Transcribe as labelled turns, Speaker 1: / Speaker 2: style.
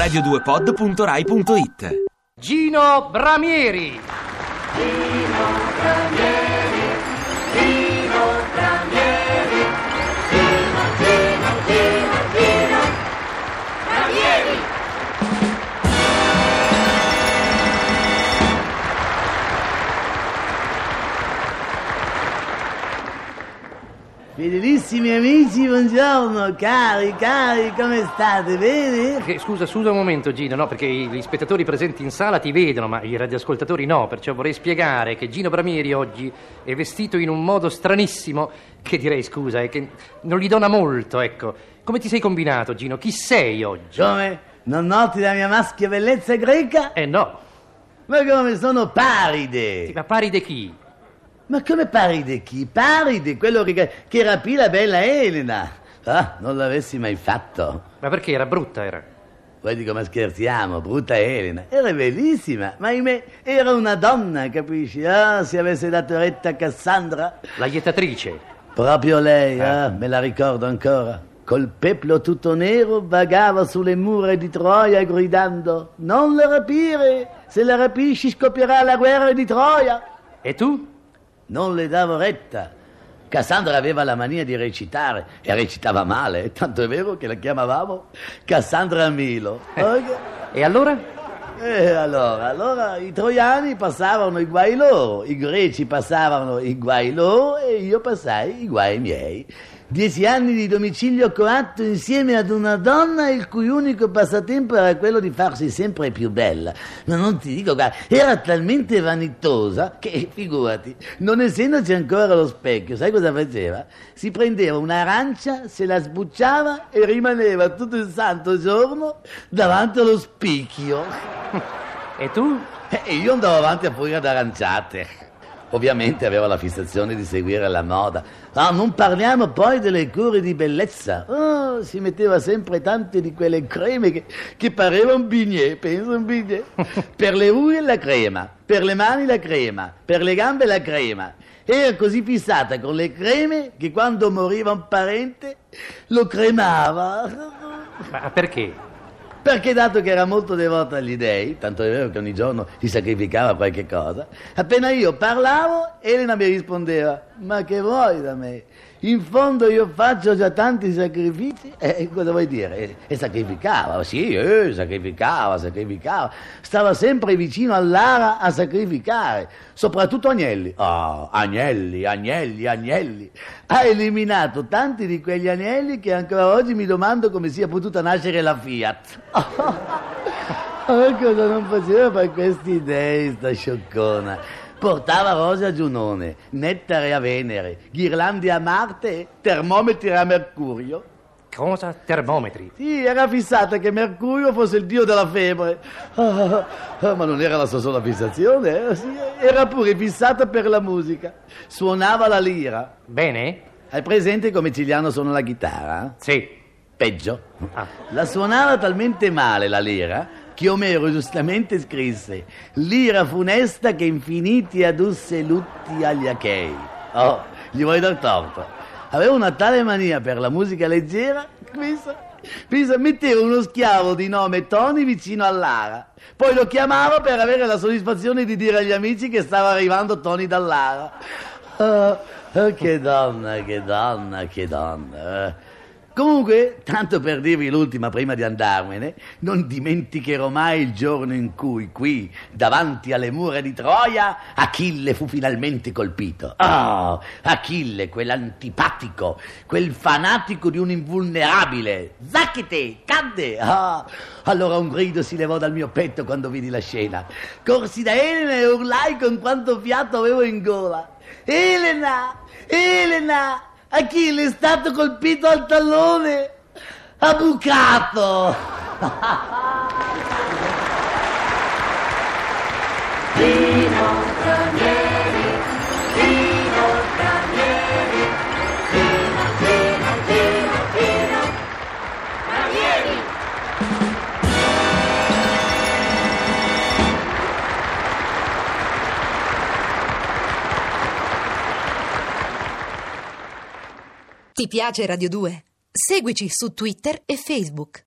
Speaker 1: radio2pod.rai.it.
Speaker 2: Gino Bramieri.
Speaker 3: Gino Bramieri, Gino Bramieri, Gino Bramieri.
Speaker 4: Fedelissimi amici, buongiorno, cari, come state? Bene?
Speaker 2: Scusa un momento, Gino, no, perché gli spettatori presenti in sala ti vedono, ma i radioascoltatori no, perciò vorrei spiegare che Gino Bramieri oggi è vestito in un modo stranissimo, che direi, scusa, che non gli dona molto, ecco. Come ti sei combinato, Gino? Chi sei oggi?
Speaker 4: Come? Non noti la mia maschia bellezza greca?
Speaker 2: No.
Speaker 4: Ma come sono Paride?
Speaker 2: Sì, ma Paride chi?
Speaker 4: Ma come Paride chi? Paride, quello che rapì la bella Elena. Ah, non l'avessi mai fatto.
Speaker 2: Ma perché era brutta, era?
Speaker 4: Vedi come scherziamo, brutta Elena. Era bellissima, ma ahimè, era una donna, capisci? Ah, se avesse dato retta a Cassandra.
Speaker 2: La ietatrice.
Speaker 4: Proprio lei, me la ricordo ancora. Col peplo tutto nero vagava sulle mura di Troia gridando: non la rapire, se la rapisci scoppierà la guerra di Troia.
Speaker 2: E tu?
Speaker 4: Non le davo retta. Cassandra aveva la mania di recitare e recitava male, tanto è vero che la chiamavamo Cassandra Milo.
Speaker 2: E allora?
Speaker 4: Allora i troiani passavano i guai loro, i greci passavano i guai loro e io passai i guai miei. 10 anni di domicilio coatto insieme ad una donna il cui unico passatempo era quello di farsi sempre più bella. Ma non ti dico, guarda, era talmente vanitosa che, figurati, non essendoci ancora lo specchio, sai cosa faceva? Si prendeva un'arancia, se la sbucciava e rimaneva tutto il santo giorno davanti allo specchio.
Speaker 2: E tu?
Speaker 4: E io andavo avanti a furia d'aranciate. Ovviamente aveva la fissazione di seguire la moda. No, non parliamo poi delle cure di bellezza. Oh, si metteva sempre tante di quelle creme che pareva un bignè, penso un bignè. Per le unghie la crema, per le mani la crema, per le gambe la crema. Era così fissata con le creme che quando moriva un parente lo cremava.
Speaker 2: Ma perché?
Speaker 4: Perché dato che era molto devota agli dei, tanto è vero che ogni giorno si sacrificava qualche cosa, appena io parlavo, Elena mi rispondeva: ma che vuoi da me? In fondo io faccio già tanti sacrifici. Cosa vuoi dire? E sacrificava, sì, sacrificava. Stava sempre vicino all'ara a sacrificare, soprattutto Agnelli. Agnelli. Ha eliminato tanti di quegli agnelli che ancora oggi mi domando come sia potuta nascere la Fiat. Cosa non faceva per questi dei, sta scioccona? Portava rose a Giunone, nettare a Venere, ghirlande a Marte, termometri a Mercurio.
Speaker 2: Cosa? Termometri?
Speaker 4: Sì, era fissata che Mercurio fosse il dio della febbre. Ma non era la sua sola fissazione, sì, era pure fissata per la musica. Suonava la lira.
Speaker 2: Bene?
Speaker 4: Hai presente come Ciliano suona la chitarra?
Speaker 2: Sì.
Speaker 4: Peggio. La suonava talmente male la lira che Omero giustamente scrisse: l'ira funesta che infiniti adusse lutti agli Achei. Gli vuoi dar torto. Aveva una tale mania per la musica leggera, pensa, metteva uno schiavo di nome Tony vicino all'ara, poi lo chiamava per avere la soddisfazione di dire agli amici che stava arrivando Tony dall'ara. Che donna. Comunque, tanto per dirvi l'ultima prima di andarmene, non dimenticherò mai il giorno in cui qui, davanti alle mura di Troia, Achille fu finalmente colpito. Achille, quell'antipatico, quel fanatico di un invulnerabile. Zacchete, cadde! Allora un grido si levò dal mio petto quando vidi la scena. Corsi da Elena e urlai con quanto fiato avevo in gola: Elena! Achille è stato colpito al tallone, ha bucato.
Speaker 3: Gino Bramieri, Gino Bramieri, Gino Bramieri.
Speaker 5: Ti piace Radio 2? Seguici su Twitter e Facebook.